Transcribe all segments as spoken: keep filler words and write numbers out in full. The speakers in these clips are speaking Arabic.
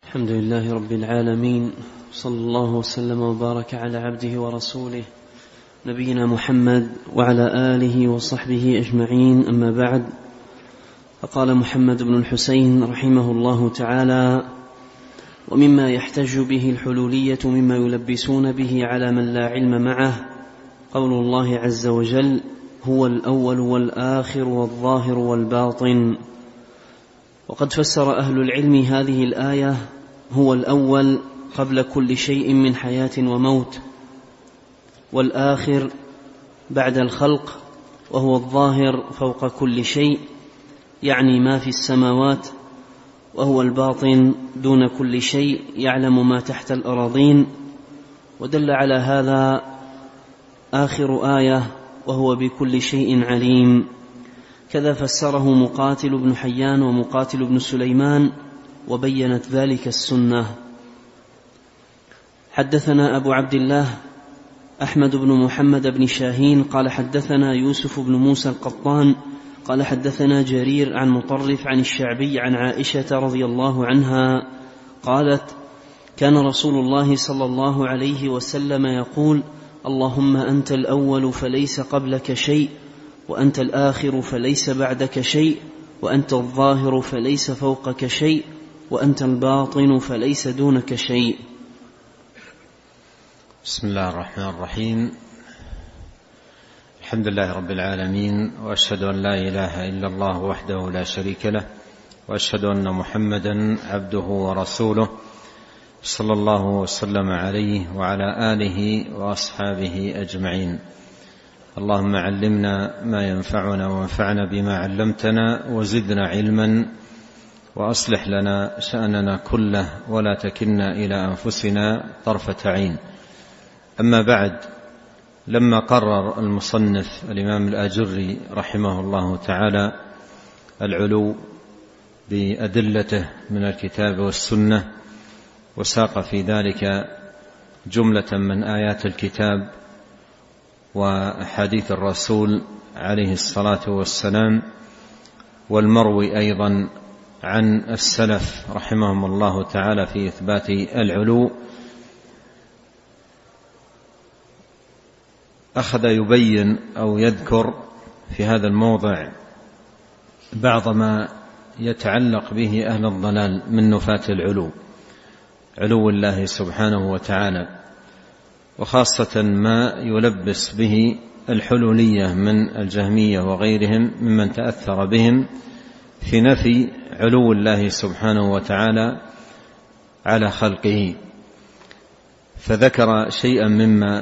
الحمد لله رب العالمين، صلى الله وسلم وبارك على عبده ورسوله نبينا محمد وعلى آله وصحبه أجمعين، أما بعد. فقال محمد بن الحسين رحمه الله تعالى: ومما يحتج به الحلولية مما يلبسون به على من لا علم معه قول الله عز وجل: هو الأول والآخر والظاهر والباطن. وقد فسر أهل العلم هذه الآية: هو الأول قبل كل شيء من حياة وموت، والآخر بعد الخلق، وهو الظاهر فوق كل شيء، يعني ما في السماوات، وهو الباطن دون كل شيء، يعلم ما تحت الأراضين. ودل على هذا آخر آية: وهو بكل شيء عليم. كذا فسره مقاتل بن حيان ومقاتل بن سليمان، وبينت ذلك السنة. حدثنا أبو عبد الله أحمد بن محمد بن شاهين قال حدثنا يوسف بن موسى القطان قال حدثنا جرير عن مطرف عن الشعبي عن عائشة رضي الله عنها قالت: كان رسول الله صلى الله عليه وسلم يقول: اللهم أنت الأول فليس قبلك شيء، وأنت الآخر فليس بعدك شيء، وأنت الظاهر فليس فوقك شيء، وأنت الباطن فليس دونك شيء. بسم الله الرحمن الرحيم. الحمد لله رب العالمين، وأشهد أن لا إله إلا الله وحده لا شريك له، وأشهد أن محمدا عبده ورسوله، صلى الله وسلم عليه وعلى آله وأصحابه أجمعين. اللهم علمنا ما ينفعنا وانفعنا بما علمتنا، وزدنا علما، وأصلح لنا شأننا كله، ولا تكلنا إلى أنفسنا طرفة عين. أما بعد، لما قرر المصنف الإمام الآجري رحمه الله تعالى العلو بأدلته من الكتاب والسنة، وساق في ذلك جملة من آيات الكتاب وأحاديث الرسول عليه الصلاة والسلام، والمروي أيضا عن السلف رحمهم الله تعالى في إثبات العلو، أخذ يبين أو يذكر في هذا الموضع بعض ما يتعلق به أهل الضلال من نفاة العلو، علو الله سبحانه وتعالى، وخاصة ما يلبس به الحلولية من الجهمية وغيرهم ممن تأثر بهم في نفي علو الله سبحانه وتعالى على خلقه. فذكر شيئا مما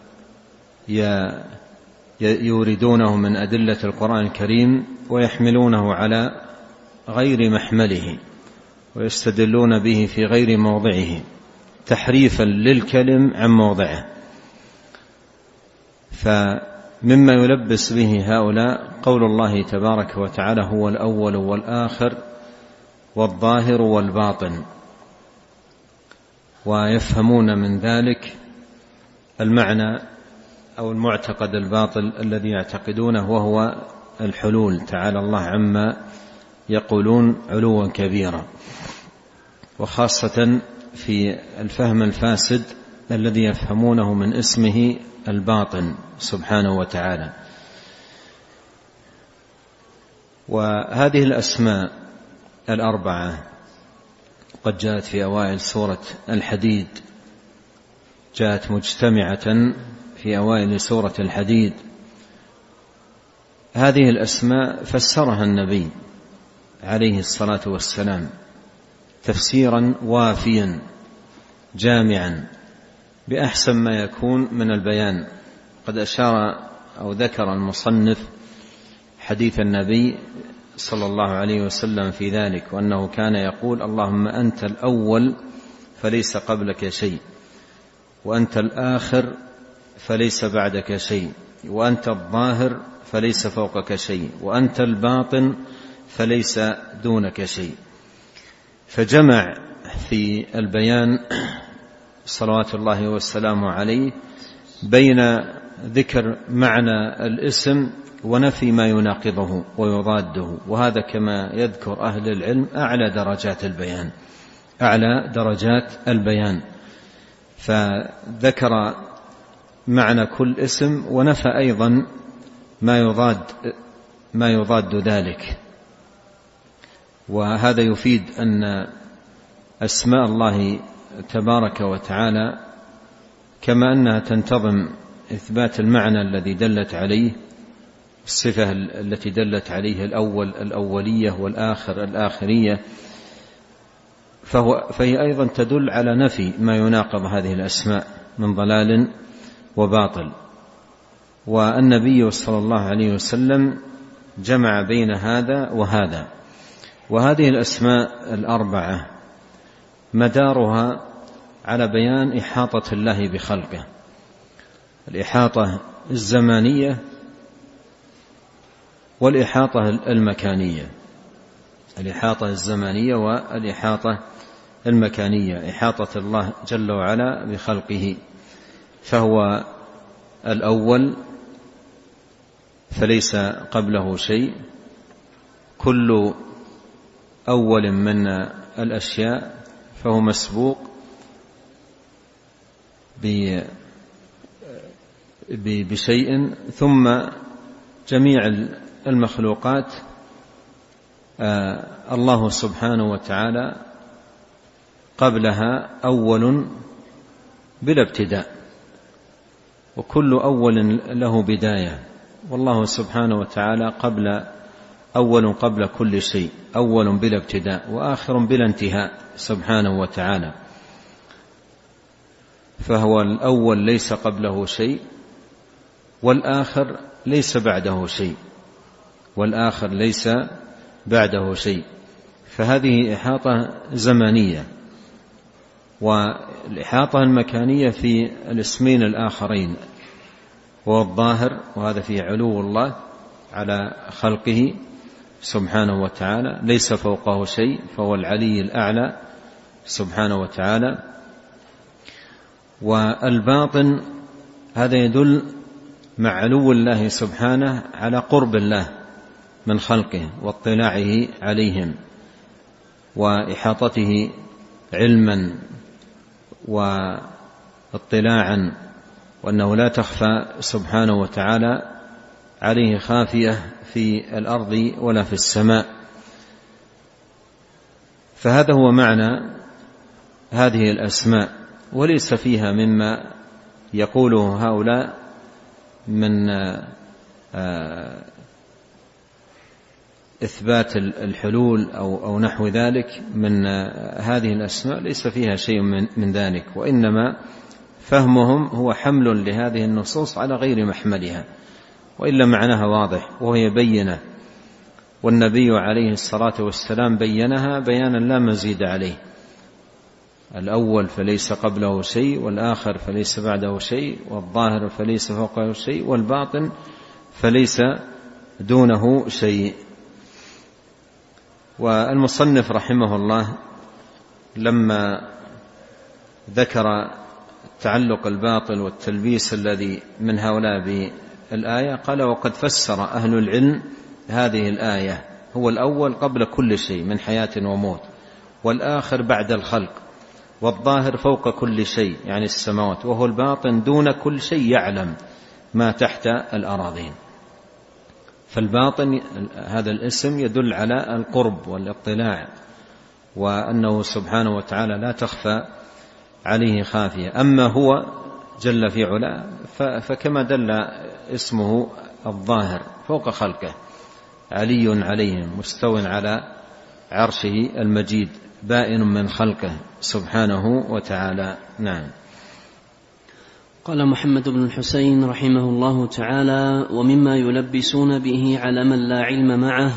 يوردونه من أدلة القرآن الكريم ويحملونه على غير محمله، ويستدلون به في غير موضعه، تحريفا للكلم عن موضعه. فمما يلبس به هؤلاء قول الله تبارك وتعالى: هو الأول والآخر والظاهر والباطن، ويفهمون من ذلك المعنى أو المعتقد الباطل الذي يعتقدونه، وهو الحلول، تعالى الله عما يقولون علوا كبيرا، وخاصة في الفهم الفاسد الذي يفهمونه من اسمه الباطن سبحانه وتعالى. وهذه الأسماء الأربعة قد جاءت في أوائل سورة الحديد، جاءت مجتمعة في أوائل سورة الحديد. هذه الأسماء فسرها النبي عليه الصلاة والسلام تفسيرا وافيا جامعا بأحسن ما يكون من البيان. قد أشار أو ذكر المصنف حديث النبي صلى الله عليه وسلم في ذلك، وأنه كان يقول: اللهم أنت الأول فليس قبلك شيء، وأنت الآخر فليس بعدك شيء، وأنت الظاهر فليس فوقك شيء، وأنت الباطن فليس دونك شيء. فجمع في البيان صلوات الله والسلام عليه بين ذكر معنى الاسم ونفي ما يناقضه ويضاده، وهذا كما يذكر أهل العلم أعلى درجات البيان، أعلى درجات البيان، فذكر معنى كل اسم ونفى أيضا ما يضاد ما يضاد ذلك. وهذا يفيد أن أسماء الله تبارك وتعالى كما أنها تنتظم إثبات المعنى الذي دلت عليه، الصفة التي دلت عليه الأول الأولية والآخر الآخرية، فهو فهي أيضا تدل على نفي ما يناقض هذه الأسماء من ضلال وباطل. والنبي صلى الله عليه وسلم جمع بين هذا وهذا. وهذه الأسماء الأربعة مدارها على بيان إحاطة الله بخلقه، الإحاطة الزمانية والإحاطة المكانية، الإحاطة الزمانية والإحاطة المكانية. إحاطة الله جل وعلا بخلقه، فهو الأول فليس قبله شيء، كل أول من الأشياء فهو مسبوق بشيء، ثم جميع المخلوقات الله سبحانه وتعالى قبلها أول بلا ابتداء، وكل أول له بداية، والله سبحانه وتعالى قبل أول قبل كل شيء، أول بلا ابتداء وآخر بلا انتهاء سبحانه وتعالى. فهو الأول ليس قبله شيء، والآخر ليس بعده شيء، والآخر ليس بعده شيء. فهذه إحاطة زمانية. والإحاطة المكانية في الاسمين الآخرين، هو الظاهر، وهذا فيه علو الله على خلقه سبحانه وتعالى، ليس فوقه شيء، فهو العلي الأعلى سبحانه وتعالى. والباطن هذا يدل مع علو الله سبحانه على قرب الله من خلقه واطلاعه عليهم وإحاطته علما واطلاعا، وأنه لا تخفى سبحانه وتعالى عليه خافية في الأرض ولا في السماء. فهذا هو معنى هذه الأسماء، وليس فيها مما يقوله هؤلاء من إثبات الحلول أو, أو نحو ذلك من هذه الأسماء، ليس فيها شيء من, من ذلك، وإنما فهمهم هو حمل لهذه النصوص على غير محملها، وإلا معناها واضح وهي بينة، والنبي عليه الصلاة والسلام بينها بيانا لا مزيد عليه. الأول فليس قبله شيء، والآخر فليس بعده شيء، والظاهر فليس فوقه شيء، والباطن فليس دونه شيء. والمصنف رحمه الله لما ذكر تعلق الباطل والتلبيس الذي من هؤلاء بالآية قال: وقد فسر أهل العلم هذه الآية، هو الأول قبل كل شيء من حياة وموت، والآخر بعد الخلق، والظاهر فوق كل شيء يعني السماوات، وهو الباطن دون كل شيء يعلم ما تحت الأراضين. فالباطن هذا الاسم يدل على القرب والاطلاع، وأنه سبحانه وتعالى لا تخفى عليه خافية. أما هو جل في علاه فكما دل اسمه الظاهر فوق خلقه، علي عليهم، مستو على عرشه المجيد، بائن من خلقه سبحانه وتعالى. نعم. قال محمد بن الحسين رحمه الله تعالى: ومما يلبسون به على من لا علم معه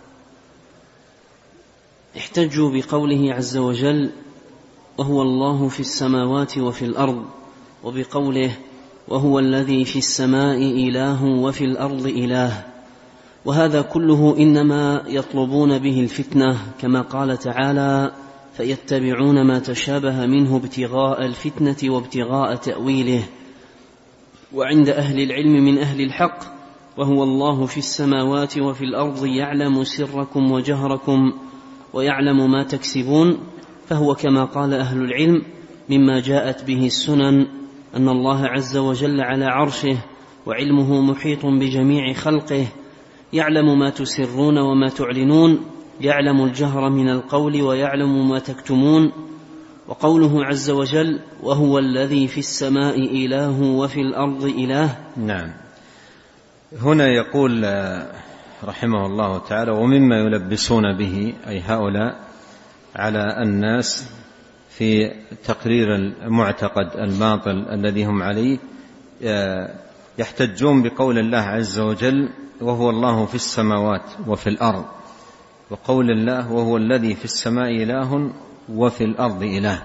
احتجوا بقوله عز وجل: وهو الله في السماوات وفي الأرض، وبقوله: وهو الذي في السماء إله وفي الأرض إله. وهذا كله إنما يطلبون به الفتنة، كما قال تعالى: فيتبعون ما تشابه منه ابتغاء الفتنة وابتغاء تأويله. وعند أهل العلم من أهل الحق: وهو الله في السماوات وفي الأرض يعلم سركم وجهركم ويعلم ما تكسبون. فهو كما قال أهل العلم مما جاءت به السنن أن الله عز وجل على عرشه وعلمه محيط بجميع خلقه، يعلم ما تسرون وما تعلنون، يعلم الجهر من القول ويعلم ما تكتمون. وقوله عز وجل وهو الذي في السماء إله وفي الأرض إله. نعم. هنا يقول رحمه الله تعالى ومما يلبسون به أي هؤلاء على الناس في تقرير المعتقد الباطل الذي هم عليه، يحتجون بقول الله عز وجل وهو الله في السماوات وفي الأرض، وقول الله وهو الذي في السماء إله وفي الأرض إله.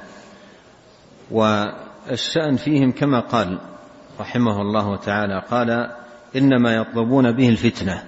والشأن فيهم كما قال رحمه الله تعالى، قال إنما يطلبون به الفتنة،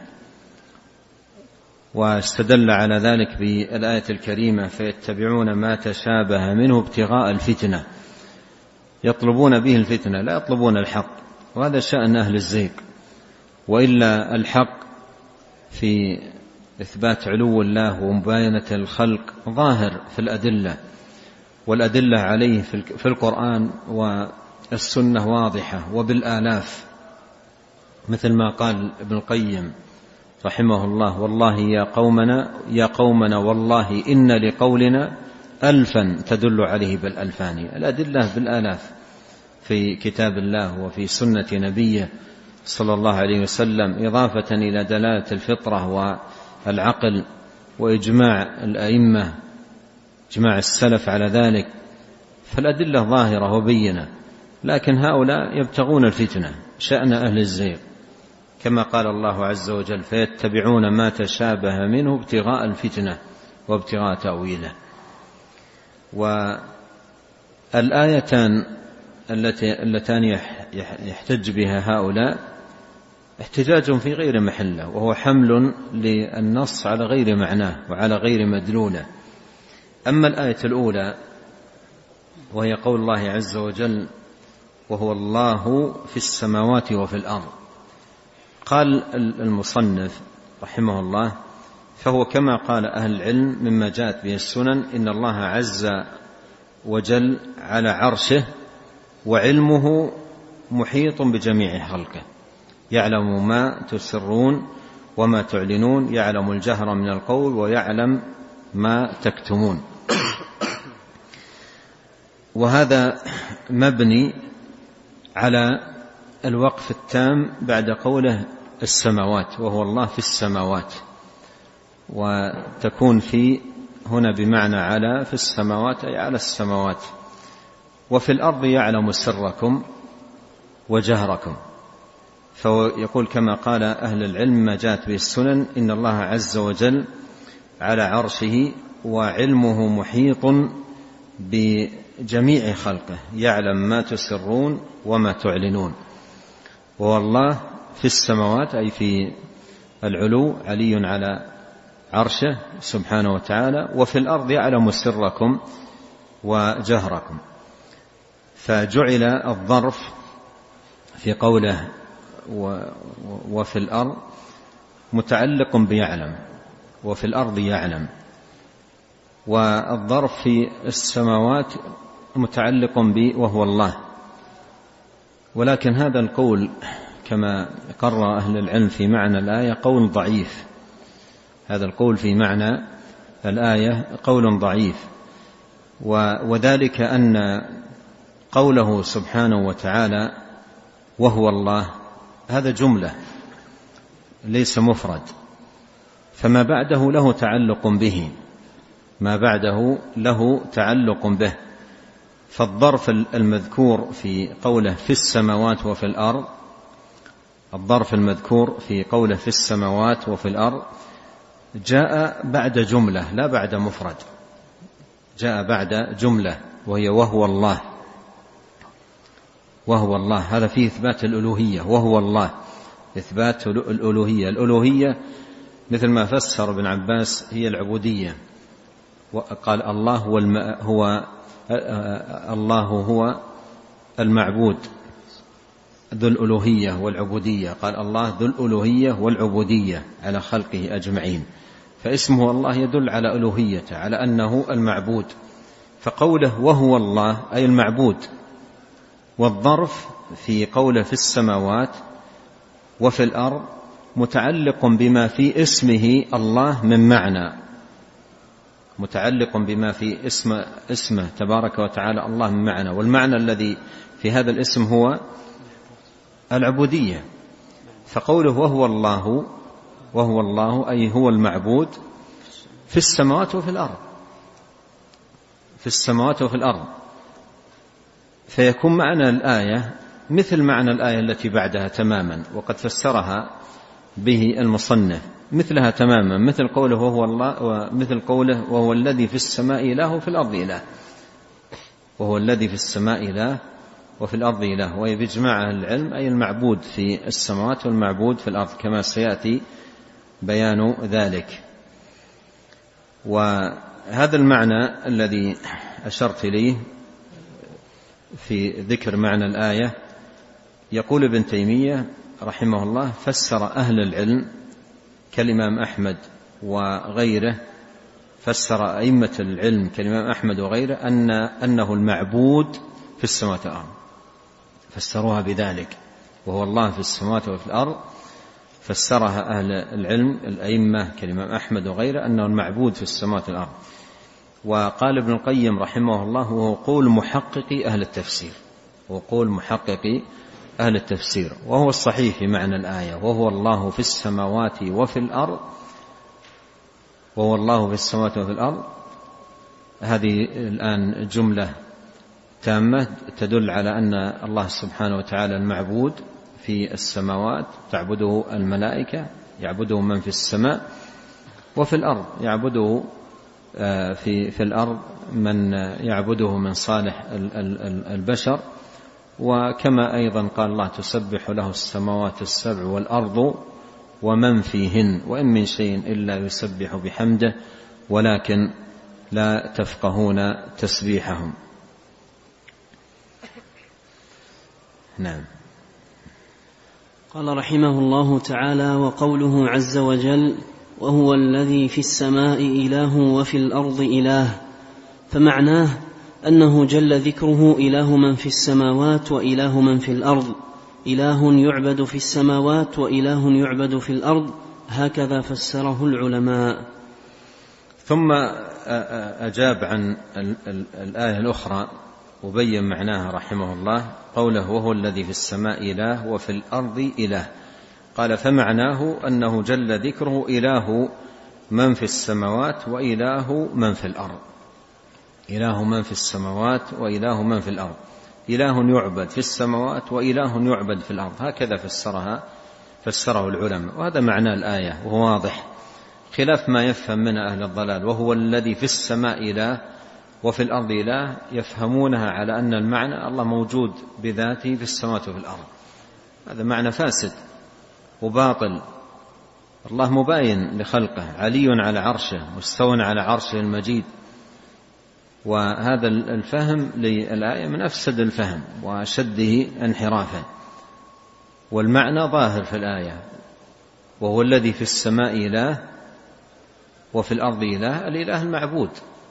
واستدل على ذلك بالآية الكريمة فيتبعون ما تشابه منه ابتغاء الفتنة. يطلبون به الفتنة لا يطلبون الحق، وهذا شأن أهل الزيغ، وإلا الحق في إثبات علو الله ومباينة الخلق ظاهر في الأدلة، والأدلة عليه في القرآن والسنة واضحة وبالآلاف، مثل ما قال ابن القيم رحمه الله والله يا قومنا يا قومنا والله إن لقولنا ألفا تدل عليه بالألفان. الأدلة بالآلاف في كتاب الله وفي سنة نبيه صلى الله عليه وسلم، إضافة إلى دلالة الفطرة والعقل وإجماع الأئمة إجماع السلف على ذلك، فالأدلة ظاهرة وبينة. لكن هؤلاء يبتغون الفتنة، شأن أهل الزيغ، كما قال الله عز وجل فيتبعون ما تشابه منه ابتغاء الفتنة وابتغاء تأويله. والآيتان اللتان يحتج بها هؤلاء احتجاج في غير محله، وهو حمل للنص على غير معناه وعلى غير مدلوله. أما الآية الأولى وهي قول الله عز وجل وهو الله في السماوات وفي الأرض، قال المصنف رحمه الله فهو كما قال أهل العلم مما جاءت به السنن إن الله عز وجل على عرشه وعلمه محيط بجميع خلقه، يعلم ما تسرون وما تعلنون، يعلم الجهر من القول ويعلم ما تكتمون. وهذا مبني على الوقف التام بعد قوله السماوات وهو الله في السماوات، وتكون في هنا بمعنى على في السماوات أي على السماوات، وفي الأرض يعلم سركم وجهركم. فيقول كما قال أهل العلم ما جاءت به السنن إن الله عز وجل على عرشه وعلمه محيط بجميع خلقه، يعلم ما تسرون وما تعلنون. والله في السماوات أي في العلو علي على عرشه سبحانه وتعالى، وفي الأرض يعلم سركم وجهركم. فجعل الظرف في قوله وفي الأرض متعلق بيعلم، وفي الأرض يعلم، والظرف في السماوات متعلق ب وهو الله. ولكن هذا القول كما قرر أهل العلم في معنى الآية قول ضعيف، هذا القول في معنى الآية قول ضعيف، وذلك أن قوله سبحانه وتعالى وهو الله هذا جملة ليس مفرد، فما بعده له تعلق به، ما بعده له تعلق به. فالظرف المذكور في قوله في السماوات وفي الأرض، الظرف المذكور في قوله في السماوات وفي الأرض جاء بعد جملة لا بعد مفرد، جاء بعد جملة وهي وهو الله. وهو الله هذا فيه إثبات الألوهية، وهو الله إثبات الألوهية. الألوهية مثل ما فسر ابن عباس هي العبودية، وقال الله هو, الم... هو الله هو المعبود ذو الألوهية والعبودية، قال الله ذو الألوهية والعبودية على خلقه أجمعين. فاسمه الله يدل على ألوهيته، على أنه المعبود فقوله وهو الله أي المعبود، والظرف في قوله في السماوات وفي الأرض متعلق بما في اسمه الله من معنى، متعلق بما في اسم اسمه تبارك وتعالى الله من معنى، والمعنى الذي في هذا الاسم هو العبودية. فقوله وهو الله، وهو الله أي هو المعبود في السماوات وفي الأرض، في السماوات وفي الأرض، فيكون معنى الآية مثل معنى الآية التي بعدها تماما، وقد فسرها به المصنف مثلها تماما، مثل قوله وهو الله، ومثل قوله وهو الذي في السماء إله وفي الأرض إله، وهو الذي في السماء إله وفي الأرض إله، وهي بإجماع أهل العلم أي المعبود في السماوات والمعبود في الأرض كما سيأتي بيان ذلك. وهذا المعنى الذي أشرت إليه في ذكر معنى الآية، يقول ابن تيمية رحمه الله فسر أهل العلم كالإمام أحمد وغيره، فسر أئمة العلم كالإمام أحمد وغيره أن أنه المعبود في السماوات والأرض، فسروها بذلك وهو الله في السماوات وفي الأرض، فسرها أهل العلم الأئمة كالإمام أحمد وغيره أنه المعبود في السماوات والأرض. وقال ابن القيم رحمه الله وهو قول محققي أهل التفسير، وقول محققي أهل التفسير، وهو الصحيح في معنى الآية وهو الله في السماوات وفي الأرض، وهو الله في السماوات وفي الأرض. هذه الآن جملة تامة تدل على أن الله سبحانه وتعالى المعبود في السماوات تعبده الملائكة، يعبده من في السماء، وفي الأرض يعبده في في الأرض من يعبده من صالح البشر. وكما أيضا قال الله تسبح له السماوات السبع والأرض ومن فيهن وإن من شيء إلا يسبح بحمده ولكن لا تفقهون تسبيحهم. نعم. قال رحمه الله تعالى: وقوله عز وجل: وهو الذي في السماء إله وفي الأرض إله، فمعناه أنه جل ذكره إله من في السماوات وإله من في الأرض، إله يعبد في السماوات وإله يعبد في الأرض، هكذا فسره العلماء. ثم أجاب عن الآية الأخرى وبين معناها رحمه الله، قوله وهو الذي في السماء إله وفي الأرض إله، قال فمعناه أنه جل ذكره إله من في السماوات وإله من في الأرض، إله من في السماوات وإله من في الأرض، إله يعبد في السماوات وإله يعبد في الأرض، هكذا فسرها فسره العلماء. وهذا معنى الآية وهو واضح، خلاف ما يفهم من أهل الضلال وهو الذي في السماء إله وفي الأرض إله، يفهمونها على أن المعنى الله موجود بذاته في السماوات وفي الأرض. هذا معنى فاسد وباطل. الله مباين لخلقه، علي على عرشه، مستوى على عرشه المجيد، وهذا الفهم للآية من أفسد الفهم وأشده انحرافا. والمعنى ظاهر في الآية، وهو الذي في السماء إله وفي الأرض إله، الإله المعبود،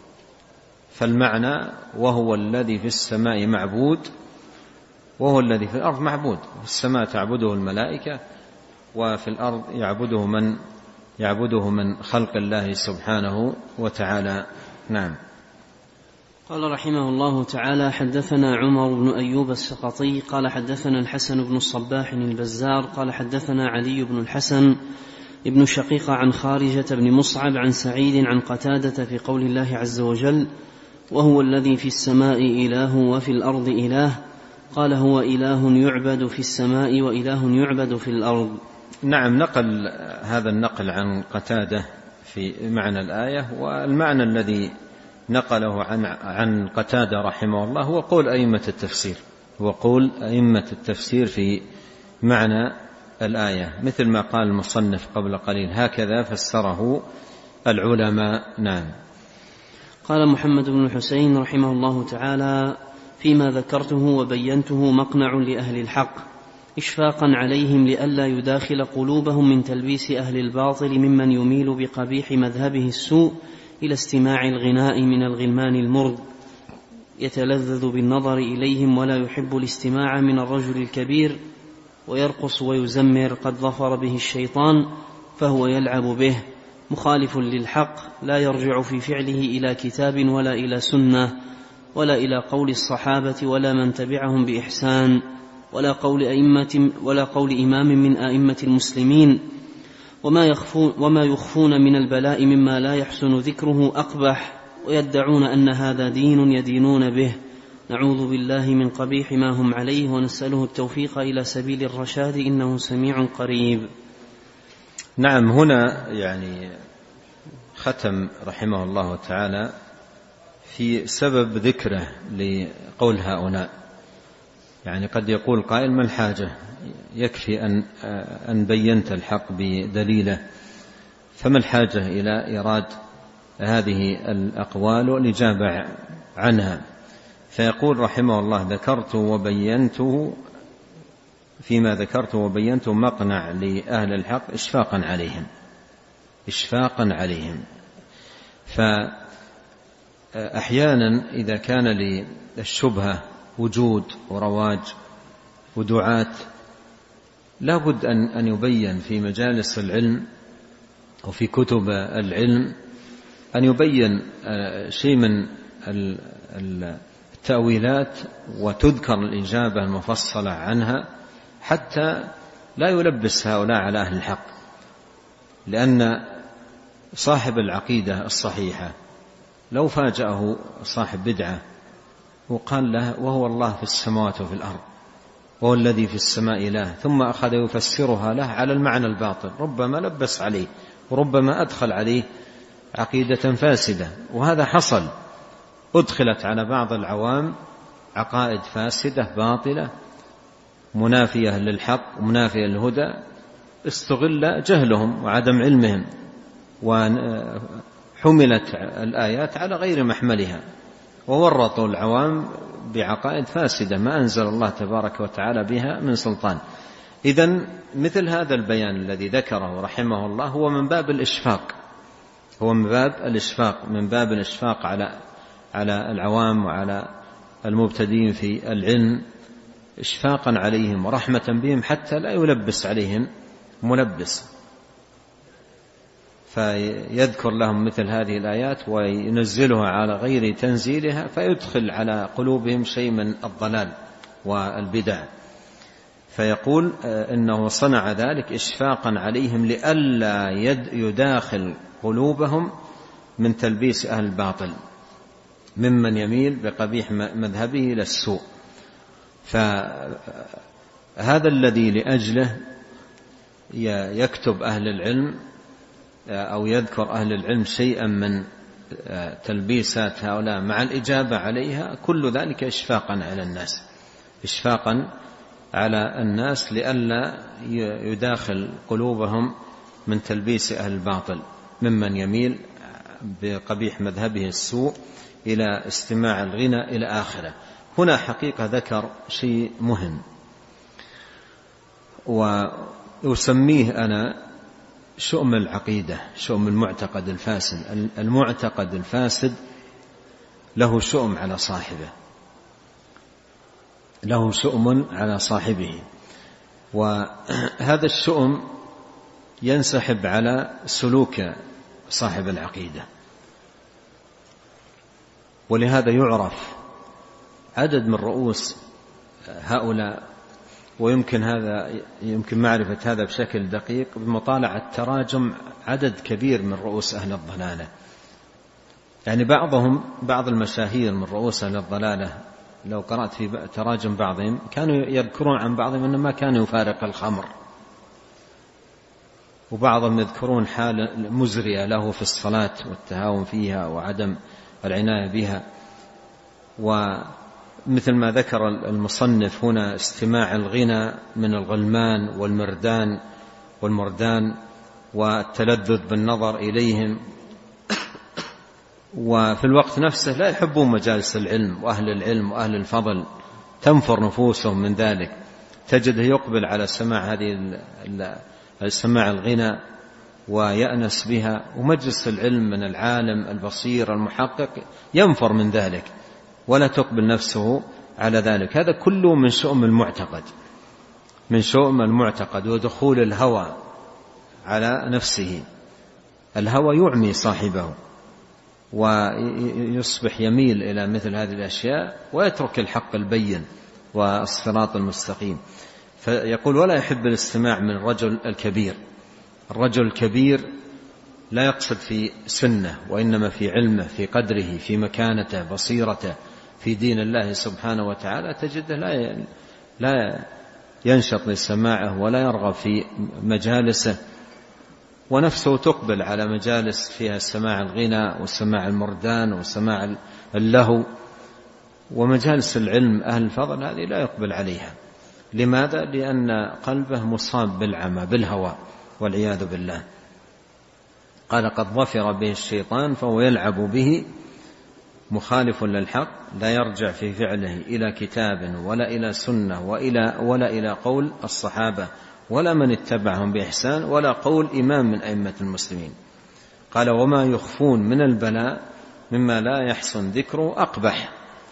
فالمعنى وهو الذي في السماء معبود وهو الذي في الأرض معبود. في السماء تعبده الملائكة، وفي الأرض يعبده من يعبده من خلق الله سبحانه وتعالى. نعم. قال رحمه الله تعالى: حدثنا عمر بن أيوب السقطي قال حدثنا الحسن بن الصباح البزار قال حدثنا علي بن الحسن ابن شقيق عن خارجة بن مصعب عن سعيد عن قتادة في قول الله عز وجل: وهو الذي في السماء إله وفي الأرض إله، قال هو إله يعبد في السماء وإله يعبد في الأرض. نعم. نقل هذا النقل عن قتادة في معنى الآية، والمعنى الذي نقله عن عن قتادة رحمه الله هو قول أئمة التفسير، هو قول أئمة التفسير في معنى الآية، مثل ما قال المصنف قبل قليل، هكذا فسره العلماء. نعم. قال محمد بن الحسين رحمه الله تعالى: فيما ذكرته وبينته مقنع لأهل الحق، إشفاقا عليهم لئلا يداخل قلوبهم من تلبيس أهل الباطل ممن يميل بقبيح مذهبه السوء إلى استماع الغناء من الغلمان المرد، يتلذذ بالنظر إليهم ولا يحب الاستماع من الرجل الكبير، ويرقص ويزمر قد ظفر به الشيطان فهو يلعب به، مخالف للحق، لا يرجع في فعله إلى كتاب ولا إلى سنة ولا إلى قول الصحابة ولا من تبعهم بإحسان ولا قول أئمة ولا قول إمام من أئمة المسلمين، وما يخفون, وما يخفون من البلاء مما لا يحسن ذكره أقبح، ويدعون أن هذا دين يدينون به. نعوذ بالله من قبيح ما هم عليه، ونسأله التوفيق إلى سبيل الرشاد إنه سميع قريب. نعم، هنا يعني ختم رحمه الله تعالى في سبب ذكره لقول هؤلاء. يعني قد يقول قائل: ما الحاجة؟ يكفي أن, أن بينت الحق بدليله، فما الحاجة إلى إيراد هذه الأقوال والإجابة عنها؟ فيقول رحمه الله: ذكرت وبينته فيما ذكرت وبينت مقنع لأهل الحق إشفاقا عليهم إشفاقا عليهم فأحيانا إذا كان للشبهة وجود ورواج ودعاة لا بد أن يبين في مجالس العلم وفي كتب العلم، أن يبين شيء من التأويلات وتذكر الإجابة المفصلة عنها حتى لا يلبس هؤلاء على أهل الحق. لأن صاحب العقيدة الصحيحة لو فاجأه صاحب بدعة وقال له: وهو الله في السماوات وفي الأرض، وهو الذي في السماء إله، ثم أخذ يفسرها له على المعنى الباطل، ربما لبس عليه وربما أدخل عليه عقيدة فاسدة. وهذا حصل، أدخلت على بعض العوام عقائد فاسدة باطلة منافية للحق ومنافية للهدى، استغل جهلهم وعدم علمهم، وحملت الآيات على غير محملها، وورطوا العوام بعقائد فاسدة ما أنزل الله تبارك وتعالى بها من سلطان. إذن مثل هذا البيان الذي ذكره رحمه الله هو من باب الإشفاق هو من باب الإشفاق من باب الإشفاق على على العوام وعلى المبتدئين في العلم، إشفاقا عليهم ورحمة بهم حتى لا يلبس عليهم ملبس، فيذكر لهم مثل هذه الآيات وينزلها على غير تنزيلها، فيدخل على قلوبهم شيء من الضلال والبدع. فيقول إنه صنع ذلك إشفاقا عليهم لئلا يداخل قلوبهم من تلبيس أهل الباطل ممن يميل بقبيح مذهبه إلى السوء. فهذا الذي لأجله يكتب أهل العلم أو يذكر أهل العلم شيئا من تلبيسات هؤلاء مع الإجابة عليها، كل ذلك إشفاقا على الناس إشفاقا على الناس لئلا يداخل قلوبهم من تلبيس أهل الباطل ممن يميل بقبيح مذهبه السوء إلى استماع الغنى إلى آخره. هنا حقيقة ذكر شيء مهم ويسميه أنا شؤم العقيدة، شؤم المعتقد الفاسد. المعتقد الفاسد له شؤم على صاحبه له شؤم على صاحبه وهذا الشؤم ينسحب على سلوك صاحب العقيدة. ولهذا يعرف عدد من رؤوس هؤلاء، ويمكن هذا يمكن معرفة هذا بشكل دقيق بمطالعة تراجم عدد كبير من رؤوس أهل الضلالة. يعني بعضهم بعض المشاهير من رؤوس أهل الضلالة لو قرأت في تراجم بعضهم كانوا يذكرون عن بعضهم أنه ما كان يفارق الخمر، وبعضهم يذكرون حال مزرية له في الصلاة والتهاون فيها وعدم العناية بها. ومثل ما ذكر المصنف هنا استماع الغنى من الغلمان والمردان والمردان والتلذذ بالنظر إليهم، وفي الوقت نفسه لا يحبون مجالس العلم وأهل العلم وأهل الفضل، تنفر نفوسهم من ذلك. تجده يقبل على سماع هذه السماع الغنى ويأنس بها، ومجلس العلم من العالم البصير المحقق ينفر من ذلك ولا تقبل نفسه على ذلك. هذا كله من شؤم المعتقد من شؤم المعتقد ودخول الهوى على نفسه. الهوى يعمي صاحبه ويصبح يميل إلى مثل هذه الأشياء ويترك الحق البين والصراط المستقيم. فيقول ولا يحب الاستماع من الرجل الكبير. الرجل الكبير لا يقصد في سنه، وإنما في علمه، في قدره، في مكانته، بصيرته في دين الله سبحانه وتعالى، تجده لا لا ينشط لسماعه ولا يرغب في مجالسه، ونفسه تقبل على مجالس فيها سماع الغنى وسماع المردان وسماع اللهو، ومجالس العلم أهل الفضل هذه لا يقبل عليها. لماذا؟ لأن قلبه مصاب بالعمى بالهوى والعياذ بالله. قال قد ظفر به الشيطان فهو يلعب به مخالف للحق، لا يرجع في فعله إلى كتاب ولا إلى سنة وإلى ولا إلى قول الصحابة ولا من اتبعهم بإحسان ولا قول إمام من أئمة المسلمين. قال وما يخفون من البلاء مما لا يحسن ذكره أقبح،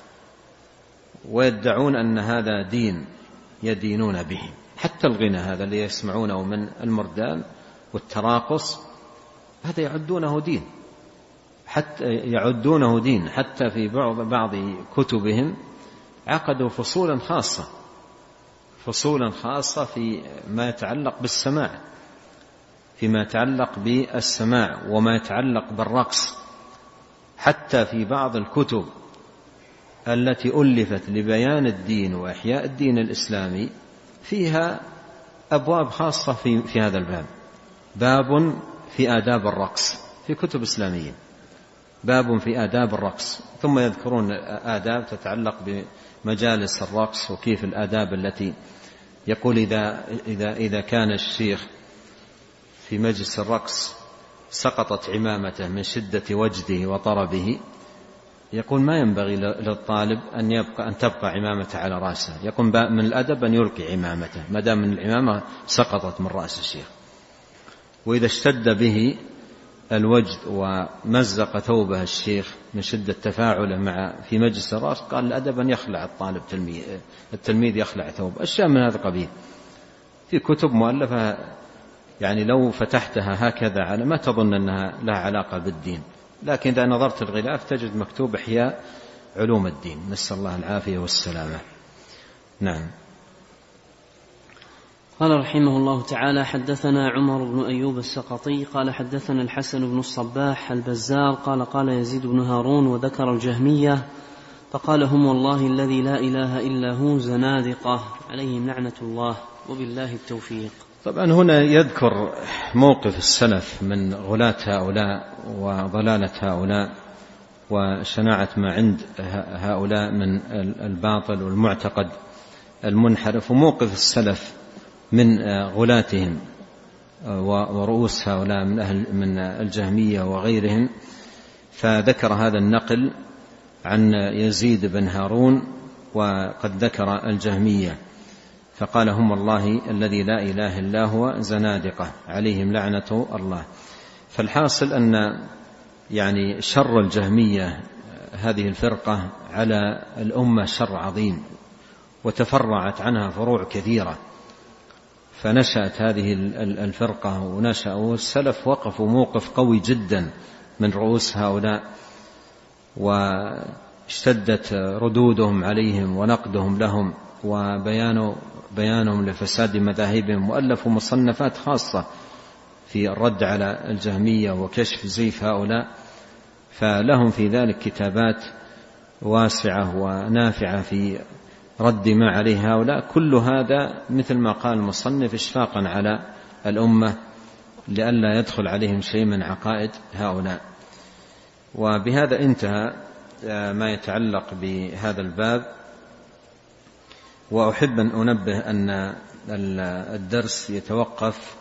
ويدعون أن هذا دين يدينون به. حتى الغنى هذا اللي يسمعونه من المردان والتراقص هذا يعدونه دين، حتى يعدونه دين حتى في بعض بعض كتبهم عقدوا فصولا خاصة فصولا خاصة في ما يتعلق بالسماع فيما يتعلق بالسماع وما يتعلق بالرقص. حتى في بعض الكتب التي ألفت لبيان الدين وإحياء الدين الإسلامي فيها أبواب خاصة في, في هذا الباب. باب في آداب الرقص في كتب إسلامية، باب في آداب الرقص، ثم يذكرون آداب تتعلق بمجالس الرقص وكيف الآداب التي يقول إذا, إذا, إذا كان الشيخ في مجلس الرقص سقطت عمامته من شدة وجده وطربه، يقول ما ينبغي للطالب أن يبقى أن تبقى عمامته على رأسه، يقول من الأدب أن يلقي عمامته ما دام من العمامة سقطت من رأس الشيخ. وإذا اشتد به الوجد ومزق ثوبه الشيخ من شدة تفاعله مع في مجلس الرأس قال الأدب أن يخلع الطالب تلميذ التلميذ يخلع ثوبه. أشياء من هذا القبيل في كتب مؤلفة، يعني لو فتحتها هكذا على ما تظن أنها لها علاقة بالدين، لكن إذا نظرت الغلاف تجد مكتوب إحياء علوم الدين، نسأل الله العافية والسلامة. نعم. قال رحمه الله تعالى حدثنا عمر بن أيوب السقطي قال حدثنا الحسن بن الصباح البزار قال قال يزيد بن هارون وذكر الجهمية فقال هم والله الذي لا إله إلا هو زنادقة عليهم لعنة الله وبالله التوفيق. طبعا هنا يذكر موقف السلف من غلاة هؤلاء وضلالة هؤلاء وشناعة ما عند هؤلاء من الباطل والمعتقد المنحرف، وموقف السلف من غلاتهم ورؤوس هؤلاء من أهل من الجهمية وغيرهم. فذكر هذا النقل عن يزيد بن هارون وقد ذكر الجهمية فقال هم الله الذي لا إله إلا هو زنادقة عليهم لعنة الله. فالحاصل أن يعني شر الجهمية هذه الفرقة على الأمة شر عظيم، وتفرعت عنها فروع كثيرة، فنشأت هذه الفرقة ونشأ والسلف وقفوا موقف قوي جدا من رؤوس هؤلاء، واشتدت ردودهم عليهم ونقدهم لهم وبيان بيانهم لفساد مذاهبهم، وألفوا مصنفات خاصة في الرد على الجهمية وكشف زيف هؤلاء، فلهم في ذلك كتابات واسعة ونافعة في رد ما عليه هؤلاء. كل هذا مثل ما قال المصنف إشفاقا على الأمة لئلا يدخل عليهم شيء من عقائد هؤلاء. وبهذا انتهى ما يتعلق بهذا الباب. وأحب أن أنبه أن الدرس يتوقف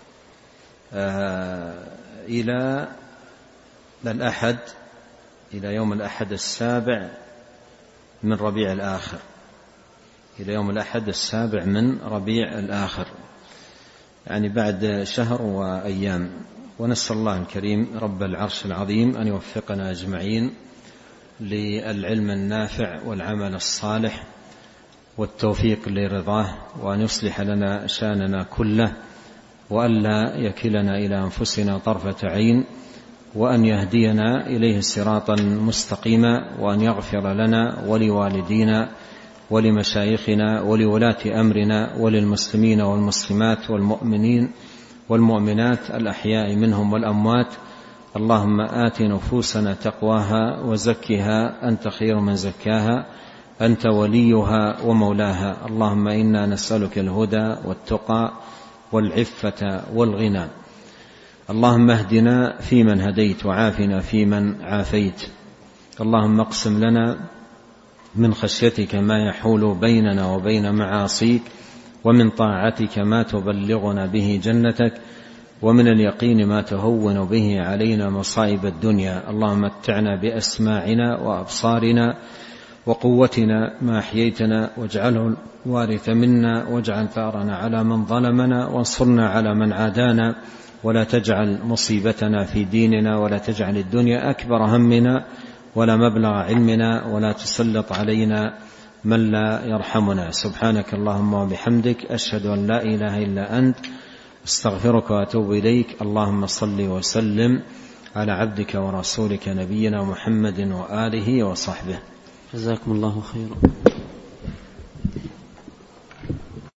إلى الأحد إلى يوم الأحد السابع من ربيع الآخر إلى يوم الأحد السابع من ربيع الآخر، يعني بعد شهر وأيام. ونسأل الله الكريم رب العرش العظيم أن يوفقنا أجمعين للعلم النافع والعمل الصالح والتوفيق لرضاه، وأن يصلح لنا شأننا كله، وألا يكلنا إلى أنفسنا طرفة عين، وأن يهدينا إليه صراطا مستقيما، وأن يغفر لنا ولوالدينا ولمشايخنا ولولاة أمرنا وللمسلمين والمسلمات والمؤمنين والمؤمنات الأحياء منهم والأموات. اللهم آت نفوسنا تقواها وزكها أنت خير من زكاها أنت وليها ومولاها. اللهم إنا نسألك الهدى والتقى والعفة والغنى. اللهم اهدنا فيمن هديت وعافنا فيمن عافيت. اللهم اقسم لنا من خشيتك ما يحول بيننا وبين معاصيك، ومن طاعتك ما تبلغنا به جنتك، ومن اليقين ما تهون به علينا مصائب الدنيا. اللهم متعنا بأسماعنا وأبصارنا وقوتنا ما أحييتنا، واجعله الوارث منا، واجعل ثارنا على من ظلمنا، وانصرنا على من عادانا، ولا تجعل مصيبتنا في ديننا، ولا تجعل الدنيا أكبر همنا ولا مبلغ علمنا، ولا تسلط علينا من لا يرحمنا. سبحانك اللهم وبحمدك، أشهد أن لا إله إلا أنت، استغفرك وأتوب إليك. اللهم صل وسلم على عبدك ورسولك نبينا محمد وآله وصحبه. جزاكم الله خيرا.